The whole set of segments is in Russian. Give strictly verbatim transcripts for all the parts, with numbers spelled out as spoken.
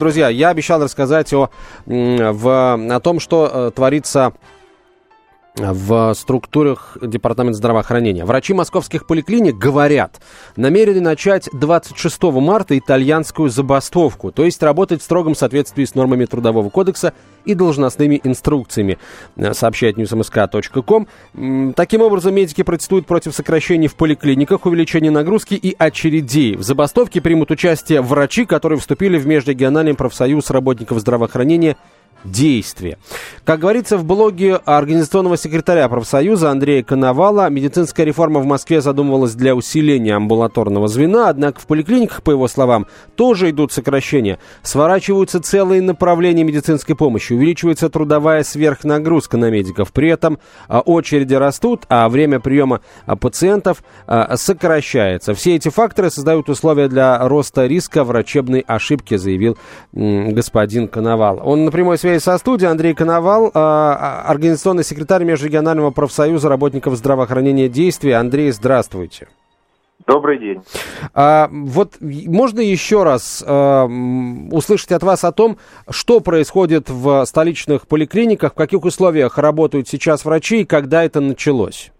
Друзья, я обещал рассказать о, в, о том, что э, творится в структурах Департамента здравоохранения. Врачи московских поликлиник говорят, намерены начать двадцать шестого марта итальянскую забастовку, то есть работать в строгом соответствии с нормами Трудового кодекса и должностными инструкциями, сообщает ньюс эм эс ка точка ком. Таким образом, медики протестуют против сокращений в поликлиниках, увеличения нагрузки и очередей. В забастовке примут участие врачи, которые вступили в Межрегиональный профсоюз работников здравоохранения «Действие». Как говорится в блоге организационного секретаря профсоюза Андрея Коновала, медицинская реформа в Москве задумывалась для усиления амбулаторного звена, однако в поликлиниках, по его словам, тоже идут сокращения. Сворачиваются целые направления медицинской помощи, увеличивается трудовая сверхнагрузка на медиков. При этом очереди растут, а время приема пациентов сокращается. Все эти факторы создают условия для роста риска врачебной ошибки, заявил господин Коновал. Он на прямой связи со студией. Андрей Коновал, организационный секретарь Межрегионального профсоюза работников здравоохранения «Действие». Андрей, здравствуйте. Добрый день. А, вот можно еще раз а, услышать от вас о том, что происходит в столичных поликлиниках, в каких условиях работают сейчас врачи и когда это началось?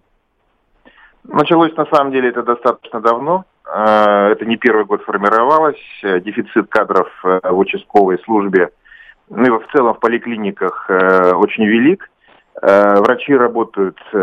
Началось, на самом деле, это достаточно давно. Это не первый год формировалось. Дефицит кадров в участковой службе, ну и в целом в поликлиниках э, очень велик. Э, врачи работают, э,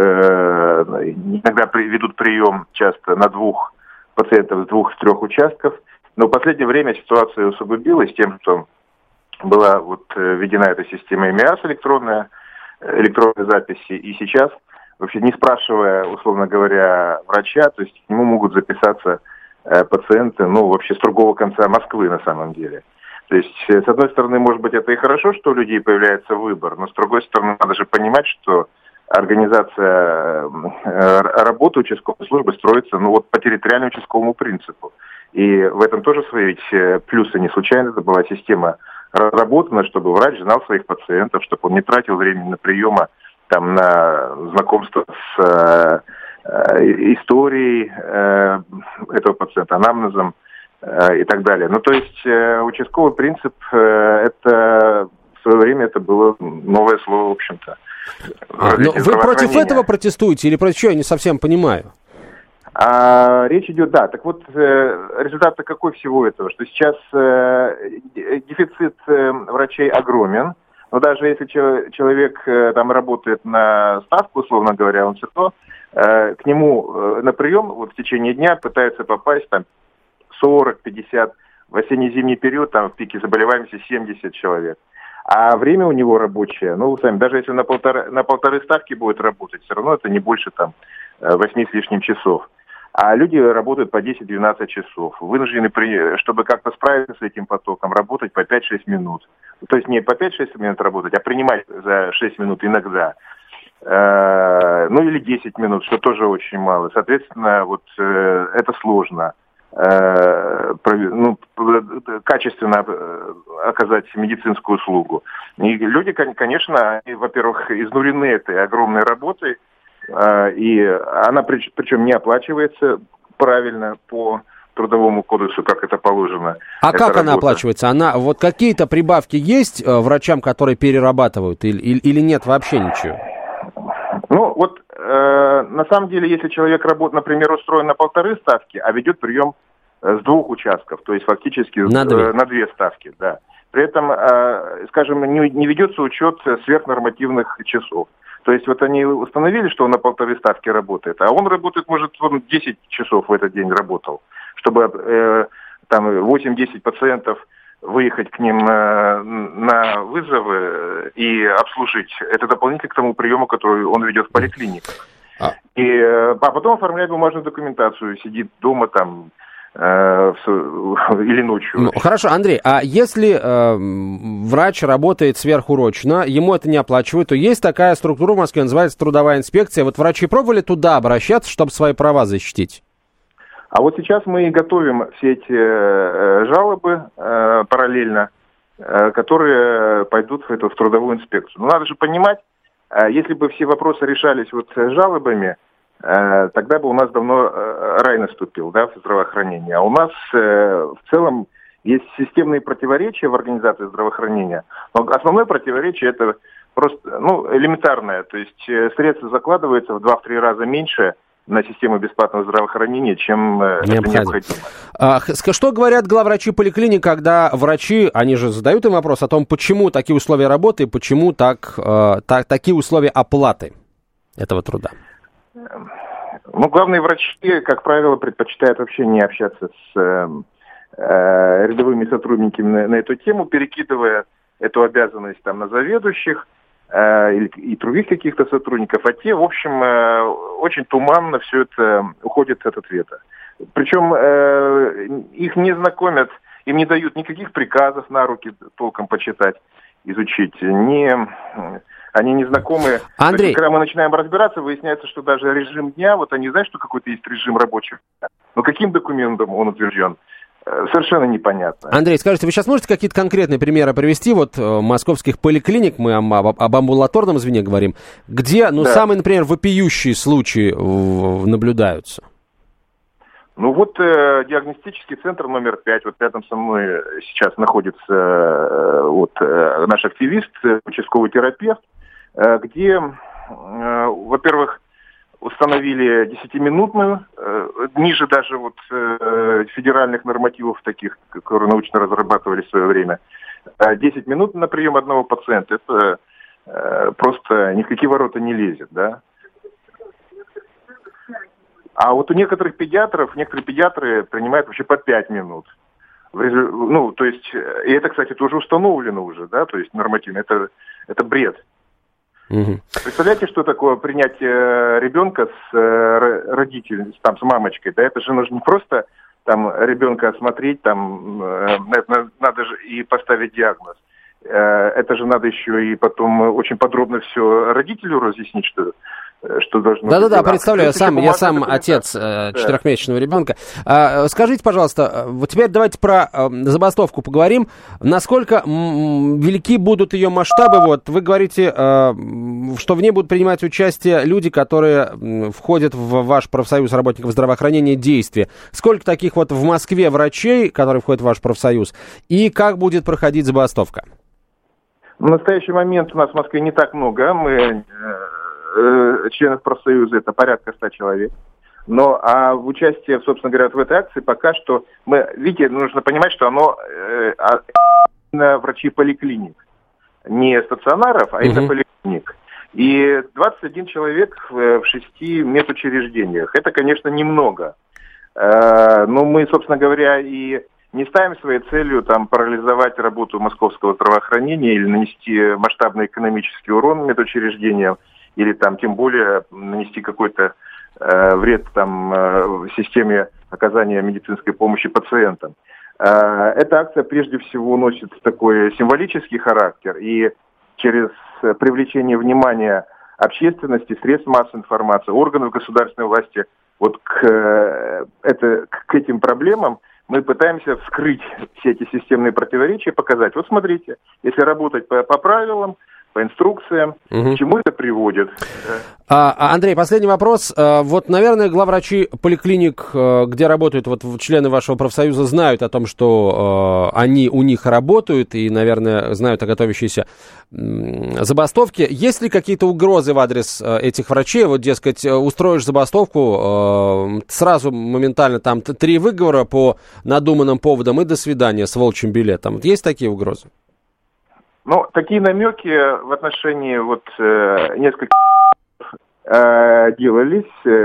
иногда при, ведут прием часто на двух пациентов с двух-трех участков. Но в последнее время ситуация усугубилась тем, что была вот введена эта система эм и эй эс электронная, электронной записи. И сейчас, вообще не спрашивая, условно говоря, врача, то есть к нему могут записаться э, пациенты, ну вообще с другого конца Москвы на самом деле. То есть, с одной стороны, может быть, это и хорошо, что у людей появляется выбор, но с другой стороны, надо же понимать, что организация работы участковой службы строится, ну, вот по территориальному участковому принципу. И в этом тоже свои ведь плюсы. Не случайно это была система разработана, чтобы врач знал своих пациентов, чтобы он не тратил времени на приемы, там, на знакомство с э, историей э, этого пациента, анамнезом и так далее. Ну, то есть э, участковый принцип, э, это в свое время это было новое слово, в общем-то. А, но вы против этого протестуете или против чего? Я не совсем понимаю. А, речь идет, да, так вот, э, результат-то какой всего этого? Что сейчас э, дефицит э, врачей огромен, но даже если че- человек э, там работает на ставку, условно говоря, он все равно э, к нему э, на прием вот в течение дня пытаются попасть там сорок-пятьдесят, в осенне-зимний период, там в пике заболеваемости семьдесят человек. А время у него рабочее, ну, вы сами, даже если на полторы, на полторы ставки будет работать, все равно это не больше там восьми с лишним часов. А люди работают по десять-двенадцать часов. Вынуждены, при, чтобы как-то справиться с этим потоком, работать по пять-шесть минут. То есть не по пять-шесть минут работать, а принимать за шесть минут иногда. Ну, или десять минут, что тоже очень мало. Соответственно, вот это сложно. Ну, качественно оказать медицинскую услугу. И люди, конечно, они, во-первых, изнурены этой огромной работой, и она причем не оплачивается правильно по Трудовому кодексу, как это положено. А как работа. Она оплачивается? Она вот какие-то прибавки есть врачам, которые перерабатывают, или, или нет вообще ничего? Ну, вот э, на самом деле, если человек работает, например, устроен на полторы ставки, а ведет прием э, с двух участков, то есть фактически на две, э, на две ставки, да. При этом, э, скажем, не, не ведется учет сверхнормативных часов. То есть вот они установили, что он на полторы ставки работает, а он работает, может, он десять часов в этот день работал, чтобы э, там восемь-десять пациентов выехать к ним на, на вызовы и обслужить. Это дополнительно к тому приему, который он ведет в поликлиниках. А, и, а потом оформляет бумажную документацию, сидит дома там э, или ночью. Ну, хорошо, Андрей, а если э, врач работает сверхурочно, ему это не оплачивают, то есть такая структура в Москве, называется трудовая инспекция. Вот врачи пробовали туда обращаться, чтобы свои права защитить? А вот сейчас мы готовим все эти э, жалобы э, параллельно, э, которые пойдут в, эту, в трудовую инспекцию. Но надо же понимать, э, если бы все вопросы решались вот жалобами, э, тогда бы у нас давно э, рай наступил, да, в здравоохранении. А у нас э, в целом Есть системные противоречия в организации здравоохранения, но основное противоречие это просто, ну, элементарное, то есть средства закладываются в два-три раза меньше на систему бесплатного здравоохранения, чем необходимо. Это необходимо. А, что говорят главврачи поликлиник, когда врачи, они же задают им вопрос о том, почему такие условия работы и почему так, так, такие условия оплаты этого труда? Ну, главные врачи, как правило, предпочитают вообще не общаться с э, э, рядовыми сотрудниками на, на эту тему, перекидывая эту обязанность там на заведующих э, или и других каких-то сотрудников, а те, в общем, э, очень туманно все это уходит от ответа. Причем э, их не знакомят, им не дают никаких приказов на руки толком почитать, изучить, не... Они не знакомы. Андрей. Есть, когда мы начинаем разбираться, выясняется, что даже режим дня, вот они знают, что какой-то есть режим рабочего дня. Но каким документом он утвержден, совершенно непонятно. Андрей, скажите, вы сейчас можете какие-то конкретные примеры привести? Вот московских поликлиник, мы об, об амбулаторном звене говорим, где, ну, да. самые, например, вопиющие случаи наблюдаются? Ну вот э, диагностический центр номер пять, вот рядом со мной сейчас находится э, вот, э, наш активист, участковый терапевт, э, где, э, во-первых, установили десятиминутную, э, ниже даже вот э, федеральных нормативов таких, которые научно разрабатывали в свое время, э, десять минут на прием одного пациента, это э, просто ни в какие ворота не лезет, да. А вот у некоторых педиатров, некоторые педиатры принимают вообще по пять минут. Ну, то есть, и это, кстати, тоже установлено уже, да, то есть нормативно, это, это бред. Угу. Представляете, что такое принять э, ребенка с э, родителем, там, с мамочкой, да, это же нужно не просто там ребенка осмотреть, там, э, это, надо же и поставить диагноз. Э, это же надо еще и потом очень подробно все родителю разъяснить, что... что должно Да-да-да, представляю, сам, я сам отец э, четырехмесячного ребенка. А, скажите, пожалуйста, вот теперь давайте про э, забастовку поговорим. Насколько м- велики будут ее масштабы? Вот вы говорите, э, что в ней будут принимать участие люди, которые м, входят в ваш профсоюз работников здравоохранения «Действие». Сколько таких вот в Москве врачей, которые входят в ваш профсоюз, и как будет проходить забастовка? В настоящий момент у нас в Москве не так много. Мы... членов профсоюза это порядка ста человек. Но а в участии, собственно говоря, в этой акции пока что мы, видите, нужно понимать, что оно э, именно врачи поликлиник. Не стационаров, а именно uh-huh. поликлиник. И двадцать один человек в, в шести медучреждениях. Это, конечно, немного. Э, но мы, собственно говоря, и не ставим своей целью там парализовать работу московского здравоохранения или нанести масштабный экономический урон медучреждениям, или там тем более нанести какой-то э, вред там э, в системе оказания медицинской помощи пациентам. Э, эта акция прежде всего носит такой символический характер, и через привлечение внимания общественности, средств массовой информации, органов государственной власти вот к, э, это, к этим проблемам мы пытаемся вскрыть все эти системные противоречия, показать, вот смотрите, если работать по, по правилам, по инструкциям, угу. к чему это приводит. А, Андрей, последний вопрос. Вот, наверное, главврачи поликлиник, где работают вот члены вашего профсоюза, знают о том, что они у них работают и, наверное, знают о готовящейся забастовке. Есть ли какие-то угрозы в адрес этих врачей? Вот, дескать, устроишь забастовку, сразу моментально там три выговора по надуманным поводам и до свидания с волчьим билетом. Вот есть такие угрозы? Ну, такие намеки в отношении вот э, нескольких э, делались,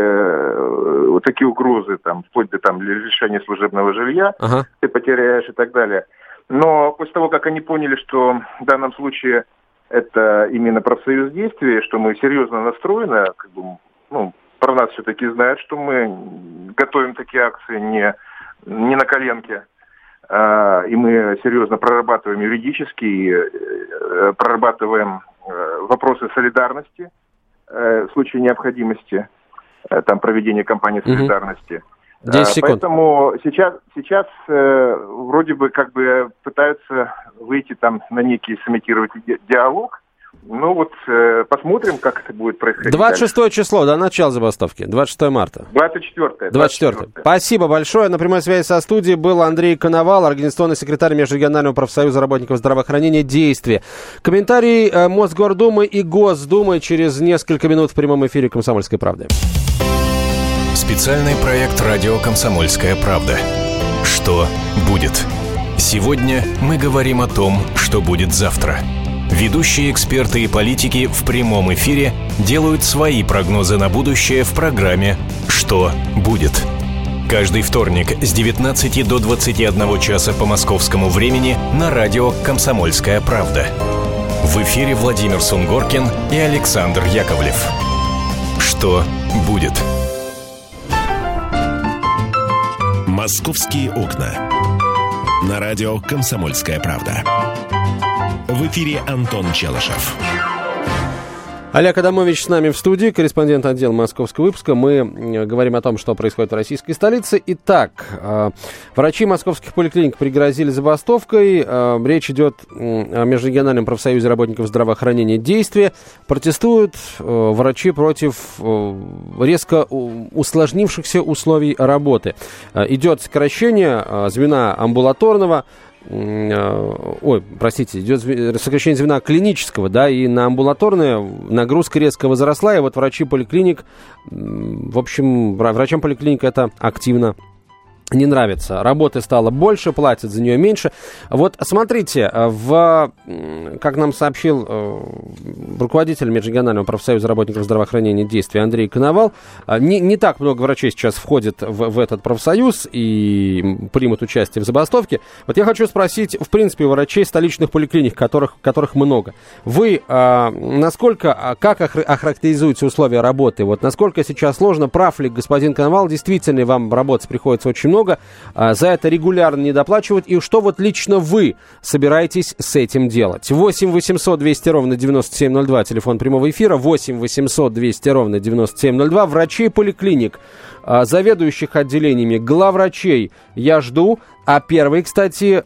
э, вот такие угрозы, там, вплоть до там, лишения служебного жилья, ага. ты потеряешь и так далее. Но после того, как они поняли, что в данном случае это именно профсоюз «Действия», что мы серьезно настроены, как бы, ну, про нас все-таки знают, что мы готовим такие акции не, не на коленке. И мы серьезно прорабатываем юридически, прорабатываем вопросы солидарности в случае необходимости там, проведения кампании солидарности. десять секунд. Поэтому сейчас, сейчас вроде бы как бы пытаются выйти там на некий, сымитировать диалог, Ну вот, э, посмотрим, как это будет происходить. двадцать шестое число, да, начало забастовки, двадцать шестое марта. двадцать четвёртое. двадцать четвёртое. Спасибо большое. На прямой связи со студией был Андрей Коновал, организационный секретарь Межрегионального профсоюза работников здравоохранения «Действие». Комментарий э, Мосгордумы и Госдумы через несколько минут в прямом эфире «Комсомольской правды». Специальный проект «Радио Комсомольская правда». Что будет? Сегодня мы говорим о том, что будет завтра. Ведущие эксперты и политики в прямом эфире делают свои прогнозы на будущее в программе «Что будет?». Каждый вторник с девятнадцати до двадцати одного часа по московскому времени на радио «Комсомольская правда». В эфире Владимир Сунгоркин и Александр Яковлев. Что будет? «Московские окна». На радио «Комсомольская правда». В эфире Антон Челышев. Олег Адамович с нами в студии, корреспондент отдела московского выпуска. Мы говорим о том, что происходит в российской столице. Итак, врачи московских поликлиник пригрозили забастовкой. Речь идет о Межрегиональном профсоюзе работников здравоохранения «Действие». Протестуют врачи против резко усложнившихся условий работы. Идет сокращение звена амбулаторного, Ой, простите, идет сокращение звена клинического, да, и на амбулаторное нагрузка резко возросла, и вот врачи поликлиник, в общем, врачам поликлиник это активно не нравится. Работы стало больше, платят за нее меньше. Вот смотрите, в, как нам сообщил руководитель Межрегионального профсоюза работников здравоохранения «Действие» Андрей Коновал, не, не так много врачей сейчас входит в, в этот профсоюз и примут участие в забастовке. Вот я хочу спросить, в принципе, врачей столичных поликлиник, которых, которых много. Вы а, насколько, как охарактеризуете условия работы? Вот насколько сейчас сложно? Прав ли господин Коновал? Действительно, вам работать приходится очень много. За это регулярно недоплачивают. И что вот лично вы собираетесь с этим делать? восемь восемьсот двести ровно девяносто семь ноль два, телефон прямого эфира. восемь восемьсот двести ровно девяносто семь ноль два. Врачей поликлиник, заведующих отделениями, главврачей я жду. А первый, кстати,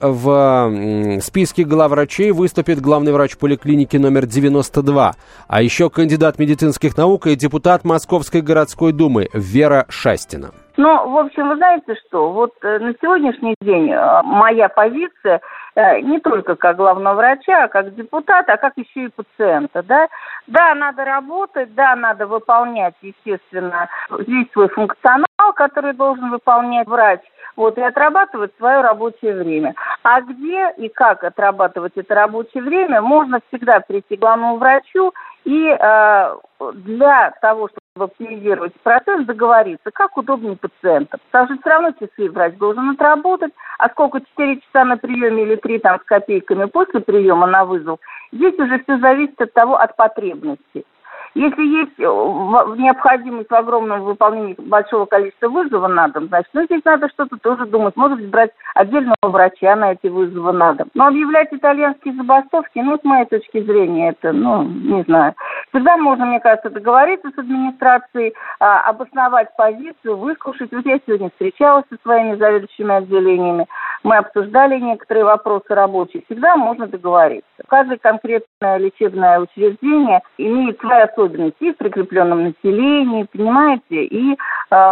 в списке главврачей выступит главный врач поликлиники номер девяносто два. А еще кандидат медицинских наук и депутат Московской городской думы Вера Шастина. Ну, в общем, вы знаете что, вот на сегодняшний день моя позиция не только как главного врача, а как депутата, а как еще и пациента, да. Да, надо работать, да, надо выполнять, естественно, весь свой функционал, который должен выполнять врач, вот, и отрабатывать свое рабочее время. А где и как отрабатывать это рабочее время, можно всегда прийти к главному врачу и э, для того, чтобы оптимизировать процесс, договориться, как удобнее пациенту. Потому что все равно часы врач должен отработать, а сколько, четыре часа на приеме или три там с копейками после приема на вызов, здесь уже все зависит от того, от потребностей. Если есть необходимость в огромном выполнении большого количества вызовов на дом, значит, ну, здесь надо что-то тоже думать. Может быть, брать отдельного врача на эти вызовы на дом. Но объявлять итальянские забастовки, ну, с моей точки зрения, это, ну, не знаю. Всегда можно, мне кажется, договориться с администрацией, а, обосновать позицию, выслушать. Вот я сегодня встречалась со своими заведующими отделениями. Мы обсуждали некоторые вопросы рабочие. Всегда можно договориться. Каждое конкретное лечебное учреждение имеет свои особенности и в прикрепленном населении, понимаете, и э,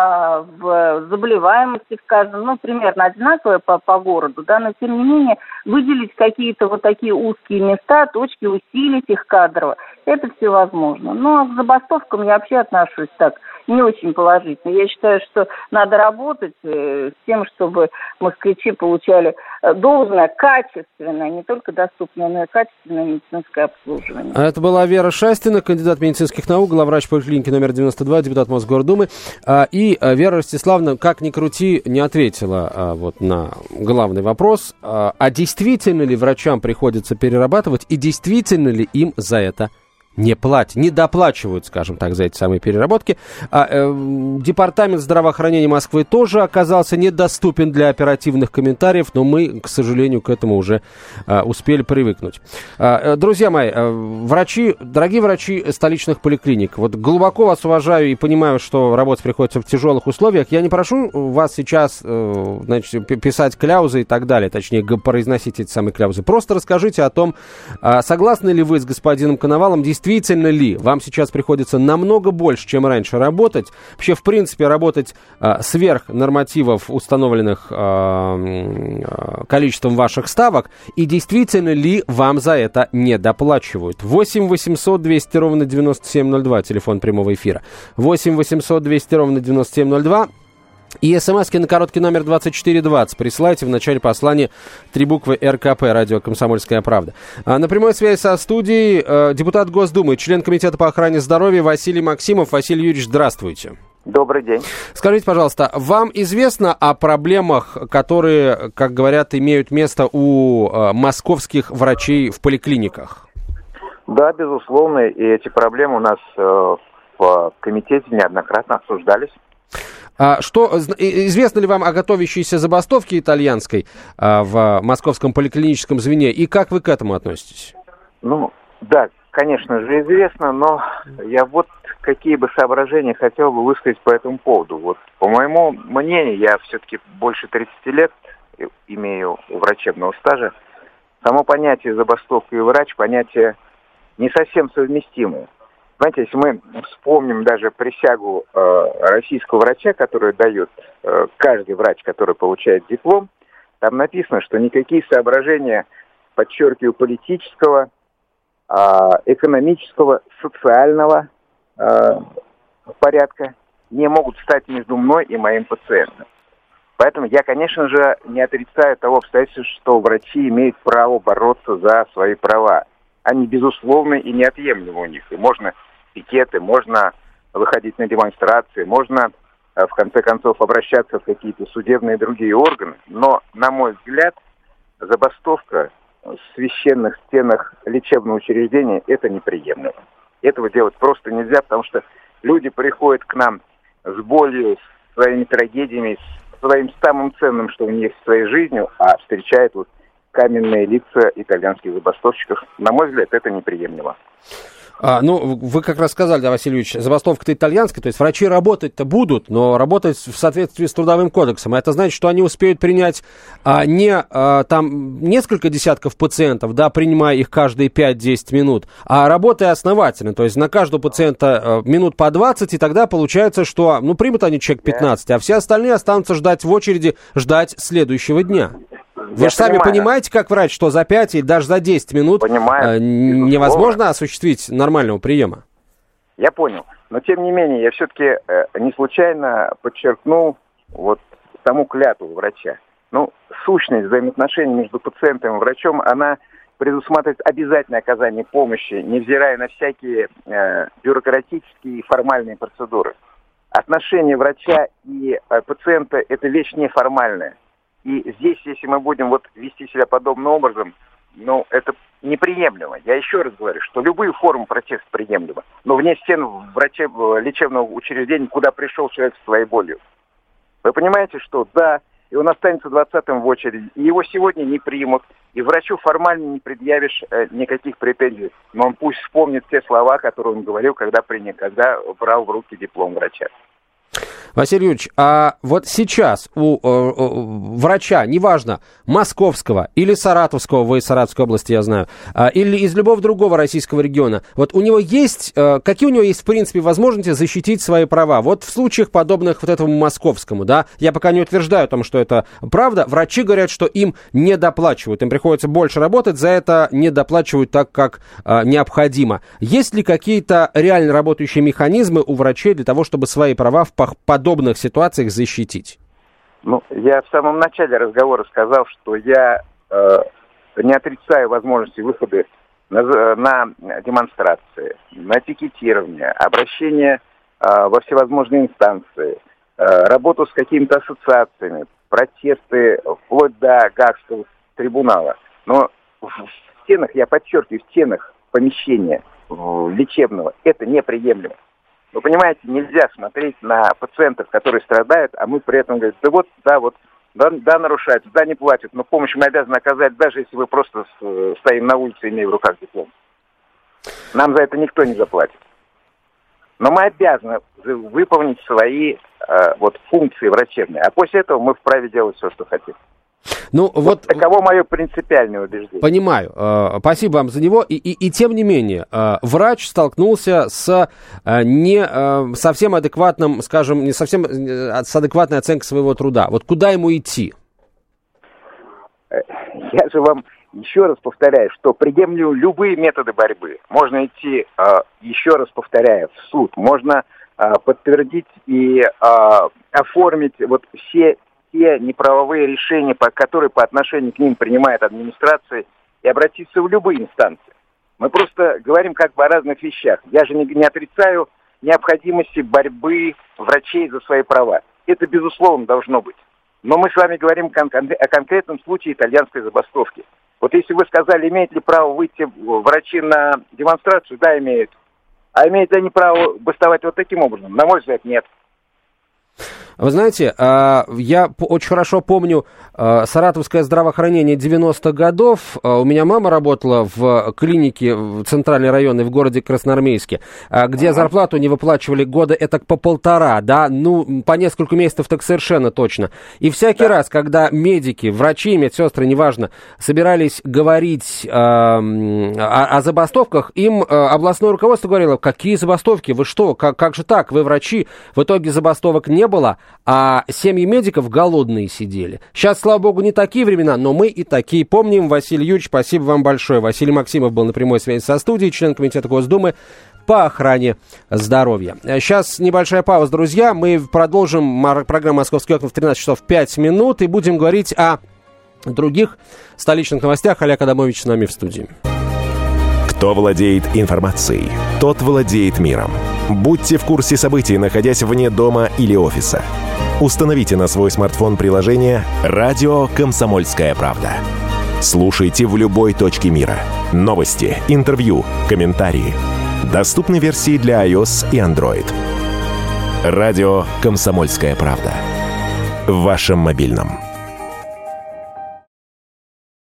в заболеваемости, скажем, ну, примерно одинаковые по, по городу, да, но тем не менее выделить какие-то вот такие узкие места, точки, усилить их кадрово, это все возможно. Ну, а к забастовкам я вообще отношусь так не очень положительно. Я считаю, что надо работать э, с тем, чтобы москвичи получали должное, качественное, не только доступное, но и качественное медицинское обслуживание. А это была Вера Шастина, кандидат медицинских наук, главврач поликлиники номер девяносто два, депутат Мосгордумы. И Вера Ростиславовна, как ни крути, не ответила вот на главный вопрос. А действительно ли врачам приходится перерабатывать, и действительно ли им за это не платят, не доплачивают, скажем так, за эти самые переработки. А, э, Департамент здравоохранения Москвы тоже оказался недоступен для оперативных комментариев, но мы, к сожалению, к этому уже э, успели привыкнуть. Э, друзья мои, э, врачи, дорогие врачи столичных поликлиник, вот глубоко вас уважаю и понимаю, что работать приходится в тяжелых условиях. Я не прошу вас сейчас э, значит, писать кляузы и так далее, точнее, произносить эти самые кляузы. Просто расскажите о том, э, согласны ли вы с господином Коновалом, действительно Действительно ли вам сейчас приходится намного больше, чем раньше работать? Вообще, в принципе, работать э, сверх нормативов, установленных э, э, количеством ваших ставок? И действительно ли вам за это не доплачивают? восемь восемьсот двести ровно девяносто семь ноль два, телефон прямого эфира. восемь восемьсот двести ровно девяносто семь ноль два. И смски на короткий номер двадцать четыре двадцать. Присылайте в начале послания три буквы эр ка пэ, радио «Комсомольская правда». А на прямой связи со студией э, депутат Госдумы, член Комитета по охране здоровья Василий Максимов. Василий Юрьевич, здравствуйте. Добрый день. Скажите, пожалуйста, вам известно о проблемах, которые, как говорят, имеют место у э, московских врачей в поликлиниках? Да, безусловно, и эти проблемы у нас э, в комитете неоднократно обсуждались. А что, известно ли вам о готовящейся забастовке итальянской а, в московском поликлиническом звене, и как вы к этому относитесь? Ну, да, конечно же, известно, но я вот какие бы соображения хотел бы высказать по этому поводу. Вот, по моему мнению, я все-таки больше тридцати лет имею врачебного стажа. Само понятие забастовка и врач, понятие не совсем совместимое. Знаете, если мы вспомним даже присягу э, российского врача, которую дает э, каждый врач, который получает диплом, там написано, что никакие соображения, подчеркиваю, политического, э, экономического, социального э, порядка не могут стать между мной и моим пациентом. Поэтому я, конечно же, не отрицаю того обстоятельства, что врачи имеют право бороться за свои права. Они безусловны и неотъемлемы у них. И можно пикеты, можно выходить на демонстрации, можно, в конце концов, обращаться в какие-то судебные и другие органы. Но, на мой взгляд, забастовка в священных стенах лечебного учреждения – это неприемлемо. Этого делать просто нельзя, потому что люди приходят к нам с болью, с своими трагедиями, с своим самым ценным, что у них в своей жизни, а встречают вот каменные лица итальянских забастовщиков. На мой взгляд, это неприемлемо. А, ну, вы как раз сказали, да, Василий Юрьевич, забастовка-то итальянская, то есть врачи работать-то будут, но работать в соответствии с Трудовым кодексом. А это значит, что они успеют принять а, не а, там несколько десятков пациентов, да, принимая их каждые пять-десять минут, а работая основательно, то есть на каждого пациента а, минут по двадцать, и тогда получается, что, ну, примут они человек пятнадцать, а все остальные останутся ждать в очереди, ждать следующего дня. Вы Я же сами понимаю. Понимаете, как врач, что за пять или даже за десять минут Понимаю, э, невозможно осуществить нормального приема? Я понял. Но, тем не менее, я все-таки э, не случайно подчеркнул вот саму клятву врача. Ну, сущность взаимоотношений между пациентом и врачом, она предусматривает обязательное оказание помощи, невзирая на всякие э, бюрократические и формальные процедуры. Отношения врача и э, пациента – это вещь неформальная. И здесь, если мы будем вот вести себя подобным образом, ну, это неприемлемо. Я еще раз говорю, что любые формы протеста приемлемы, но вне стен врачеб... лечебного учреждения, куда пришел человек с своей болью. Вы понимаете, что да, и он останется двадцатым в очереди, и его сегодня не примут, и врачу формально не предъявишь э, никаких претензий, но он пусть вспомнит те слова, которые он говорил, когда принял, когда брал в руки диплом врача. Василий Юрьевич, а вот сейчас у э, э, врача, неважно, московского или саратовского, вы из Саратовской области, я знаю, э, или из любого другого российского региона, вот у него есть, э, какие у него есть, в принципе, возможности защитить свои права? Вот в случаях, подобных вот этому московскому, да, я пока не утверждаю о том, что это правда, врачи говорят, что им не доплачивают, им приходится больше работать, за это не доплачивают так, как э, необходимо. Есть ли какие-то реально работающие механизмы у врачей для того, чтобы свои права в подобных подобных ситуациях защитить? Ну, я в самом начале разговора сказал, что я э, не отрицаю возможности выхода на, на демонстрации, на пикетирование, обращение э, во всевозможные инстанции, э, работу с какими-то ассоциациями, протесты вплоть до Гаагского трибунала. Но в стенах, я подчеркиваю, в стенах помещения лечебного. Это неприемлемо. Вы понимаете, нельзя смотреть на пациентов, которые страдают, а мы при этом говорим, да вот, да, вот, да, да нарушают, да не платят, но помощь мы обязаны оказать, даже если вы просто стоим на улице, имея в руках диплом. Нам за это никто не заплатит. Но мы обязаны выполнить свои э, вот, функции врачебные, а после этого мы вправе делать все, что хотим. Ну, вот, вот таково мое принципиальное убеждение. Понимаю. Спасибо вам за него. И, и, и тем не менее, врач столкнулся с не совсем адекватным, скажем, не совсем с адекватной оценкой своего труда. Вот куда ему идти? Я же вам еще раз повторяю, что приемлю любые методы борьбы. Можно идти, еще раз повторяю, в суд. Можно подтвердить и оформить вот все те неправовые решения, по, которые по отношению к ним принимает администрация, и обратиться в любые инстанции. Мы просто говорим как бы о разных вещах. Я же не, не отрицаю необходимости борьбы врачей за свои права. Это, безусловно, должно быть. Но мы с вами говорим кон- о конкретном случае итальянской забастовки. Вот если вы сказали, имеют ли право выйти врачи на демонстрацию, да, имеют. А имеют ли они право бастовать вот таким образом? На мой взгляд, нет. Вы знаете, я очень хорошо помню саратовское здравоохранение девяностых годов. У меня мама работала в клинике центральной районной в городе Красноармейске, где зарплату не выплачивали года этак по полтора, да, ну, по несколько месяцев так совершенно точно. И всякий да. раз, когда медики, врачи, медсестры, неважно, собирались говорить о, о забастовках, им областное руководство говорило, какие забастовки, вы что, как, как же так, вы врачи, в итоге забастовок не было, а семьи медиков голодные сидели. Сейчас, слава богу, не такие времена, но мы и такие помним. Василий Юрьевич, спасибо вам большое. Василий Максимов был на прямой связи со студией, член комитета Госдумы по охране здоровья. Сейчас небольшая пауза, друзья. Мы продолжим программу «Московские окна» в тринадцать часов пять минут и будем говорить о других столичных новостях. Олег Адамович с нами в студии. Кто владеет информацией, тот владеет миром. Будьте в курсе событий, находясь вне дома или офиса. Установите на свой смартфон приложение «Радио Комсомольская правда». Слушайте в любой точке мира. Новости, интервью, комментарии. Доступны версии для iOS и Android. «Радио Комсомольская правда». В вашем мобильном.